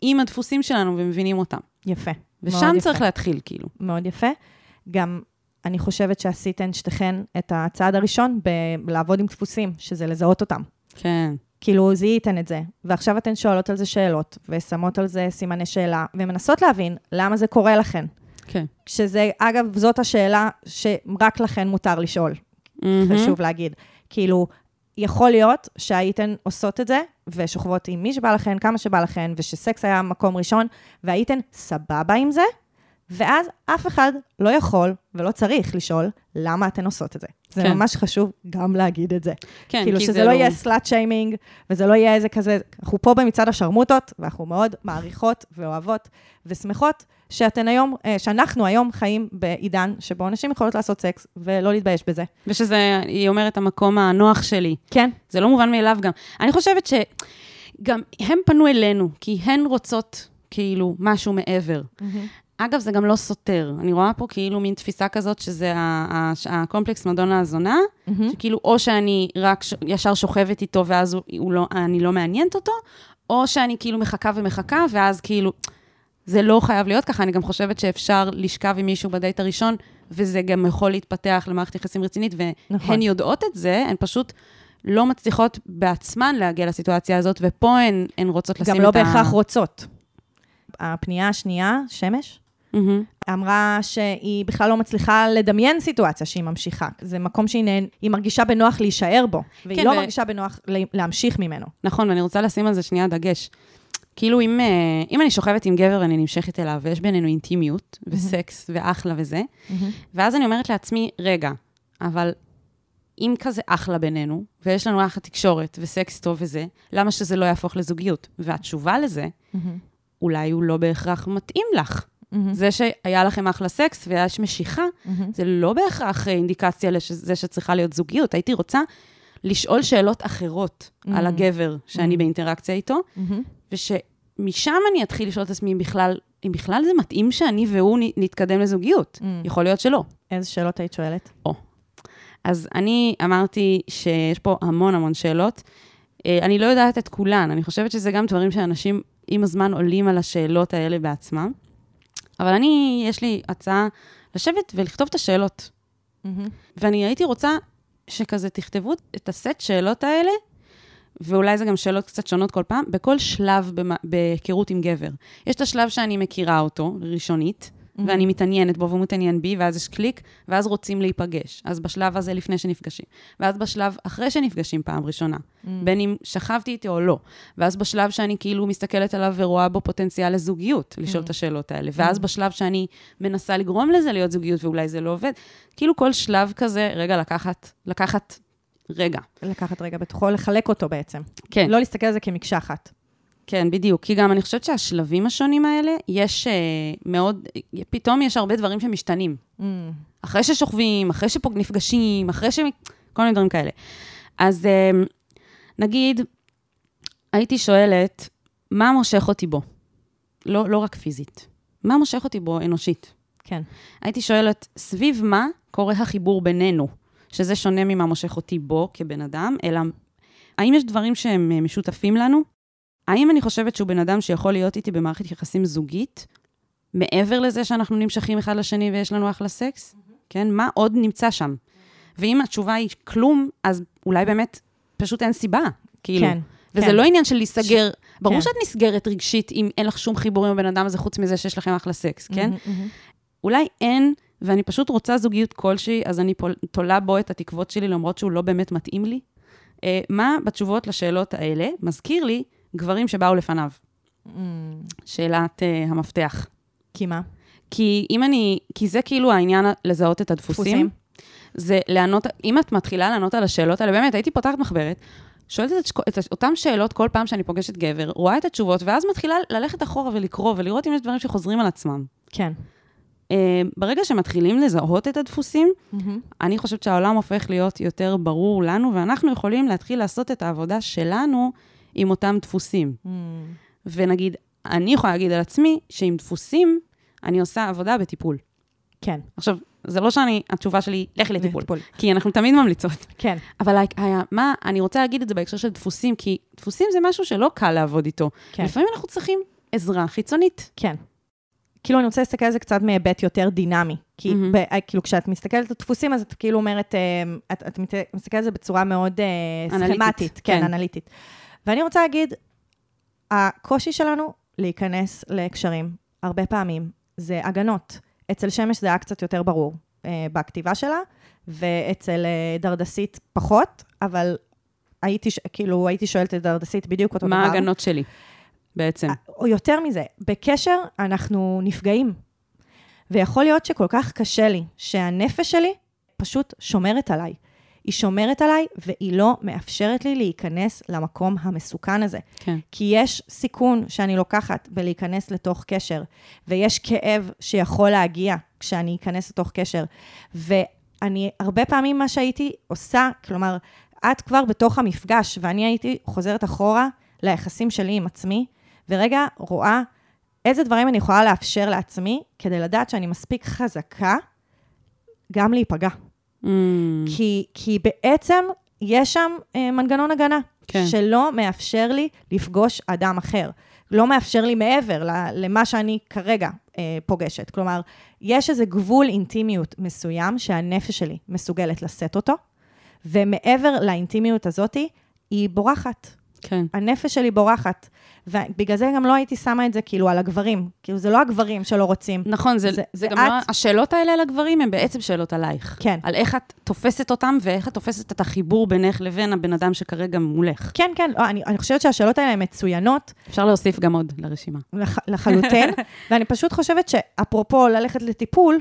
עם הדפוסים שלנו ומבינים אותם. יפה. ושם צריך יפה. להתחיל, כאילו. מאוד יפה. גם אני חושבת שעשיתן שתכן את הצעד הראשון בלעבוד עם דפוסים, שזה לזהות אותם. כן. כאילו, זיהיתן את זה, ועכשיו אתן שואלות על זה שאלות, ושמות על זה סימני שאלה, ומנסות להבין למה זה קורה לכן. כן. שזה, אגב, זאת השאלה שרק לכן מותר לשאול. Mm-hmm. חשוב להגיד. כאילו, יכול להיות שהייתן עושות את זה, ושוכבות עם מי שבא לכן, כמה שבא לכן, ושסקס היה מקום ראשון, והייתן סבבה עם זה, ואז אף אחד לא יכול ולא צריך לשאול למה אתן עושות את זה. זה כן. ממש חשוב גם להגיד את זה. כן, כאילו שזה לא, לא יהיה סלאט שיימינג, וזה לא יהיה איזה כזה, אנחנו פה במצעד השרמוטות, ואנחנו מאוד מעריכות ואוהבות ושמחות, שאתן היום, שאנחנו היום חיים בעידן שבו אנשים יכולות לעשות סקס ולא להתבייש בזה. ושזה, היא אומרת, המקום הנוח שלי. כן. זה לא מובן מאליו גם. אני חושבת שגם הם פנו אלינו, כי הן רוצות כאילו משהו מעבר. Mm-hmm. אגב, זה גם לא סותר. אני רואה פה כאילו מין תפיסה כזאת, שזה הקומפלקס מדונה הזונה, mm-hmm. שכאילו או שאני רק ישר שוכבת איתו, ואז הוא, הוא לא, אני לא מעניינת אותו, או שאני כאילו מחכה ומחכה, ואז כאילו, זה לא חייב להיות ככה. אני גם חושבת שאפשר לשכב עם מישהו בדייט הראשון, וזה גם יכול להתפתח למערכת יחסים רצינית, והן נכון. יודעות את זה, הן פשוט לא מצליחות בעצמן להגיע לסיטואציה הזאת, ופה הן, הן רוצות לשים את ה... גם לא בהכרח רוצות. הפנייה השנייה, שמש, mm-hmm. אמרה שהיא בכלל לא מצליחה לדמיין סיטואציה שהיא ממשיכה. זה מקום שהיא היא מרגישה בנוח להישאר בו, והיא כן, לא ו... מרגישה בנוח להמשיך ממנו. נכון, ואני רוצה לשים על זה שנייה דגש. כאילו, אם, אם אני שוכבת עם גבר ואני נמשכת אליו, ויש בינינו אינטימיות, mm-hmm. וסקס, ואחלה וזה, mm-hmm. ואז אני אומרת לעצמי, רגע, אבל אם כזה אחלה בינינו, ויש לנו אחלה תקשורת, וסקס טוב וזה, למה שזה לא יהפוך לזוגיות? והתשובה לזה, mm-hmm. אולי הוא לא בהכרח מתאים לך. Mm-hmm. זה שהיה לכם אחלה סקס ויש משיכה, mm-hmm. זה לא בהכרח אינדיקציה לזה שצריכה להיות זוגיות. הייתי רוצה לשאול שאלות אחרות mm-hmm. על הגבר שאני mm-hmm. באינטראקציה איתו, mm-hmm. ושמשם אני אתחיל לשאול את עצמי אם בכלל, אם בכלל זה מתאים שאני והוא נתקדם לזוגיות. Mm-hmm. יכול להיות שלא. איזה שאלות היית שואלת? או. אז אני אמרתי שיש פה המון המון שאלות. אני לא יודעת את כולן. אני חושבת שזה גם דברים שאנשים עם הזמן עולים על השאלות האלה בעצמם. אבל אני, יש לי הצעה לשבת ולכתוב את השאלות. Mm-hmm. ואני הייתי רוצה שכזה תכתבו את הסט שאלות האלה, ואולי זה גם שאלות קצת שונות כל פעם, בכל שלב בהיכרות עם גבר. יש את השלב שאני מכירה אותו, ראשונית, mm-hmm. ואני מתעניינת בו, והוא מתעניין בי, ואז יש קליק, ואז רוצים להיפגש. אז בשלב הזה לפני שנפגשים. ואז בשלב אחרי שנפגשים פעם ראשונה, mm-hmm. בין אם שכבתי איתי או לא. ואז בשלב שאני כאילו מסתכלת עליו ורואה בו פוטנציאל לזוגיות, לשאול mm-hmm. את השאלות האלה. ואז mm-hmm. בשלב שאני מנסה לגרום לזה להיות זוגיות, ואולי זה לא עובד. כאילו כל שלב כזה, רגע, לקחת, לקחת רגע. לקחת רגע בתוכו, לחלק אותו בעצם. כן. לא להסתכל על זה כמקשחת. כן, בדיוק. כי גם אני חושבת שהשלבים השונים האלה, יש uh, מאוד, פתאום יש הרבה דברים שמשתנים. Mm. אחרי ששוכבים, אחרי שנפגשים, אחרי ש... כל מיני דברים כאלה. אז uh, נגיד, הייתי שואלת, מה מושך אותי בו? לא, לא רק פיזית. מה מושך אותי בו אנושית? כן. הייתי שואלת, סביב מה קורה החיבור בינינו? שזה שונה ממה מושך אותי בו כבן אדם, אלא האם יש דברים שהם משותפים לנו? האם אני חושבת שהוא בן אדם שיכול להיות איתי במערכת יחסים זוגית, מעבר לזה שאנחנו נמשכים אחד לשני ויש לנו אחלה סקס? Mm-hmm. כן? מה עוד נמצא שם? ואם התשובה היא כלום, אז אולי באמת פשוט אין סיבה. כאילו. כן. וזה כן. לא עניין של להיסגר. ש... ברור כן. שאת נסגרת רגשית אם אין לך שום חיבור עם הבן אדם הזה, חוץ מזה שיש לכם אחלה סקס, כן? Mm-hmm, mm-hmm. אולי אין, ואני פשוט רוצה זוגיות כלשהי, אז אני תולה בו את התקוות שלי, למרות שהוא לא באמת מתאים לי. אה, מה בתשובות לשאלות האלה מזכיר לי גברים שבאו לפניו. Mm. שאלת uh, המפתח. כי מה? כי אם אני, כי זה כאילו העניין לזהות את הדפוסים. דפוסים. זה לענות, אם את מתחילה לענות על השאלות האלה, באמת, הייתי פותחת מחברת, שואלת את, את אותם שאלות כל פעם שאני פוגשת גבר, רואה את התשובות, ואז מתחילה ללכת אחורה ולקרוא, ולראות אם יש דברים שחוזרים על עצמם. כן. Uh, ברגע שמתחילים לזהות את הדפוסים, mm-hmm. אני חושבת שהעולם הופך להיות יותר ברור לנו, ואנחנו יכולים להתחיל לעשות את העבודה שלנו, עם אותם דפוסים. Mm. ונגיד, אני יכולה להגיד על עצמי, שעם דפוסים, אני עושה עבודה בטיפול. כן. עכשיו, זה לא שאני, התשובה שלי, לכי לטיפול. לטיפול. כי אנחנו תמיד ממליצות. כן. אבל היה, מה, אני רוצה להגיד את זה בהקשר של דפוסים, כי דפוסים זה משהו שלא קל לעבוד איתו. כן. לפעמים אנחנו צריכים עזרה חיצונית. כן. כאילו אני רוצה להסתכל על זה קצת מהיבט יותר דינמי, כי mm-hmm. ב, כאילו כשאת מסתכלת על דפוסים, אז את כאילו אומרת, את, את מסתכלת על זה בצורה מאוד אנליטית, סכמטית, כן, כן, אנליטית. ואני רוצה להגיד, הקושי שלנו להיכנס להקשרים, הרבה פעמים, זה הגנות. אצל שמש זה היה קצת יותר ברור אה, בכתיבה שלה, ואצל אה, דרדסית פחות, אבל הייתי, כאילו, הייתי שואלת את דרדסית בדיוק אותו דבר. מה ההגנות שלי, בעצם? או יותר מזה, בקשר אנחנו נפגעים. ויכול להיות שכל כך קשה לי, שהנפש שלי פשוט שומרת עליי. היא שומרת עליי, והיא לא מאפשרת לי להיכנס למקום המסוכן הזה. כן. כי יש סיכון שאני לוקחת בלהיכנס לתוך קשר, ויש כאב שיכול להגיע כשאני אכנס לתוך קשר. ואני, הרבה פעמים מה שהייתי עושה, כלומר, את כבר בתוך המפגש, ואני הייתי חוזרת אחורה ליחסים שלי עם עצמי, ורגע רואה איזה דברים אני יכולה לאפשר לעצמי, כדי לדעת שאני מספיק חזקה, גם להיפגע. Mm. כי, כי בעצם יש שם אה, מנגנון הגנה, כן. שלא מאפשר לי לפגוש אדם אחר. לא מאפשר לי מעבר למה שאני כרגע אה, פוגשת. כלומר, יש איזה גבול אינטימיות מסוים שהנפש שלי מסוגלת לשאת אותו, ומעבר לאינטימיות הזאת היא בורחת. כן. הנפש שלי בורחת. ובגלל זה גם לא הייתי שמה את זה כאילו על הגברים. כאילו זה לא הגברים שלא רוצים. נכון, זה, זה, זה גם את... לא... השאלות האלה על הגברים הן בעצם שאלות עלייך. כן. על איך את תופסת אותם, ואיך את תופסת את החיבור בינך לבין הבן אדם שכרגע מולך. כן, כן. לא, אני, אני חושבת שהשאלות האלה הן מצוינות. אפשר להוסיף גם עוד לרשימה. לח, לחלוטין. ואני פשוט חושבת שאפרופו ללכת לטיפול,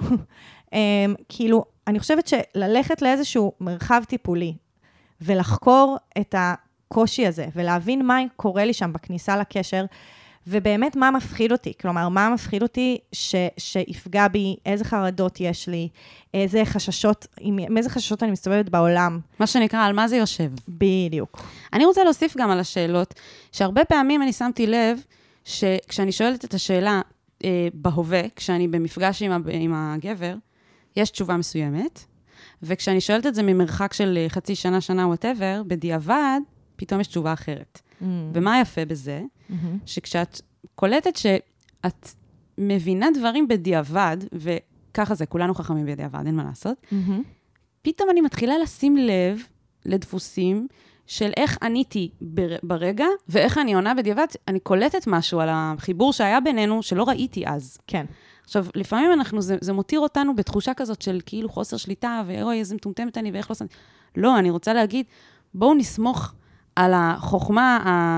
כאילו, אני חושבת שללכת לאיזשהו מרחב טיפולי, ולחקור את ה... קושי הזה, ולהבין מה קורה לי שם בכניסה לקשר, ובאמת מה מפחיד אותי, כלומר, מה מפחיד אותי ש, שיפגע בי, איזה חרדות יש לי, איזה חששות, עם איזה חששות אני מסתובבת בעולם. מה שנקרא, על מה זה יושב. בדיוק. אני רוצה להוסיף גם על השאלות, שהרבה פעמים אני שמתי לב, שכשאני שואלת את השאלה אה, בהווה, כשאני במפגש עם, עם הגבר, יש תשובה מסוימת, וכשאני שואלת את זה ממרחק של חצי שנה, שנה, whatever, בדיעבד, פתאום יש תשובה אחרת. Mm. ומה יפה בזה? Mm-hmm. שכשאת קולטת שאת מבינה דברים בדיעבד, וככה זה, כולנו חכמים בדיעבד, אין מה לעשות, mm-hmm. פתאום אני מתחילה לשים לב לדפוסים של איך עניתי ברגע, ואיך אני עונה בדיעבד, אני קולטת משהו על החיבור שהיה בינינו, שלא ראיתי אז. כן. עכשיו, לפעמים אנחנו, זה, זה מותיר אותנו בתחושה כזאת של כאילו חוסר שליטה, ואוי, איזה מטומטמת אני, ואיך לא שמתי. לא, אני רוצה להגיד, בואו נסמוך על החוכמה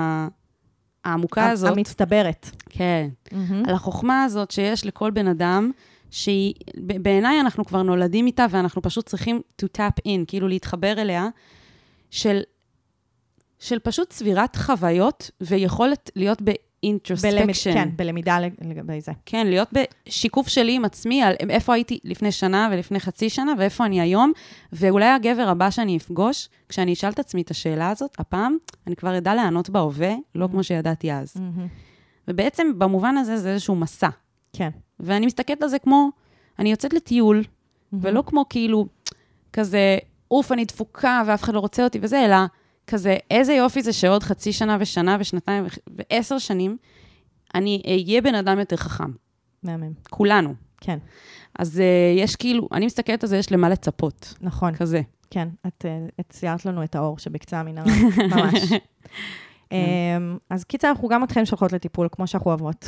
העמוקה הזאת. המצטברת. כן. Mm-hmm. על החוכמה הזאת שיש לכל בן אדם, שהיא, בעיניי אנחנו כבר נולדים איתה, ואנחנו פשוט צריכים to tap in, כאילו להתחבר אליה, של, של פשוט צבירת חוויות, ויכולת להיות באינטרוספקשן. כן, בלמידה לגבי זה. כן, להיות בשיקוף שלי עם עצמי, על איפה הייתי לפני שנה ולפני חצי שנה, ואיפה אני היום, ואולי הגבר הבא שאני אפגוש, כשאני אשאל את עצמי את השאלה הזאת, הפעם, אני כבר ידע לענות בהווה, לא כמו שידעתי אז. ובעצם, במובן הזה, זה איזשהו מסע. כן. ואני מסתכלת על זה כמו, אני יוצאת לטיול, ולא כמו כאילו, כזה, אוף, אני דפוקה, ואף אחד לא רוצה אותי, וזה, אלא כזה, איזה יופי זה שעוד חצי שנה ושנה ושנתיים ועשר שנים, אני אהיה בן אדם יותר חכם. מהמם. כולנו. כן. אז uh, יש כאילו, אני מסתכלת על זה, יש למה לצפות. נכון. כזה. כן, את, את ציירת לנו את האור שבקצה המנהרה, ממש. um, אז קיצר, אנחנו גם אתכם שולחות לטיפול, כמו שאנחנו אוהבות.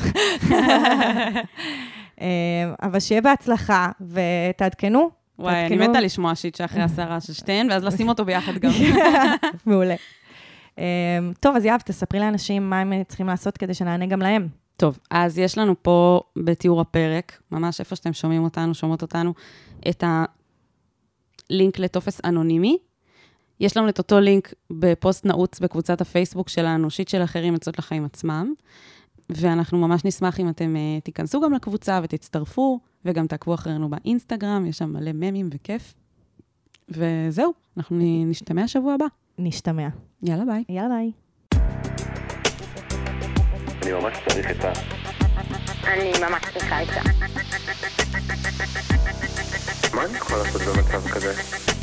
um, אבל שיהיה בהצלחה, ותעדכנו. וואי, אני מתה לשמוע שיט שאחרי הסערה של שתיהן, ואז לשים אותו ביחד גם. מעולה. Um, טוב, אז יאב, תספרי לאנשים מה הם צריכים לעשות כדי שנענה גם להם. טוב, אז יש לנו פה בתיאור הפרק, ממש איפה שאתם שומעים אותנו, שומעות אותנו, את הלינק לטופס אנונימי. יש לנו את אותו לינק בפוסט נעוץ בקבוצת הפייסבוק שלנו, שיט של אחרים יוצאות לחיים עצמם, ואנחנו ממש נשמח אם אתם uh, תיכנסו גם לקבוצה ותצטרפו, וגם תעקבו אחרינו באינסטגרם, יש שם מלא ממים וכיף. וזהו, אנחנו נשתמע שבוע הבא. נשתמע. יאללה ביי. יאללה ביי. אני ממש צריך את ה... אני ממש צריכה את ה... מה אני יכול לעשות במצב כזה?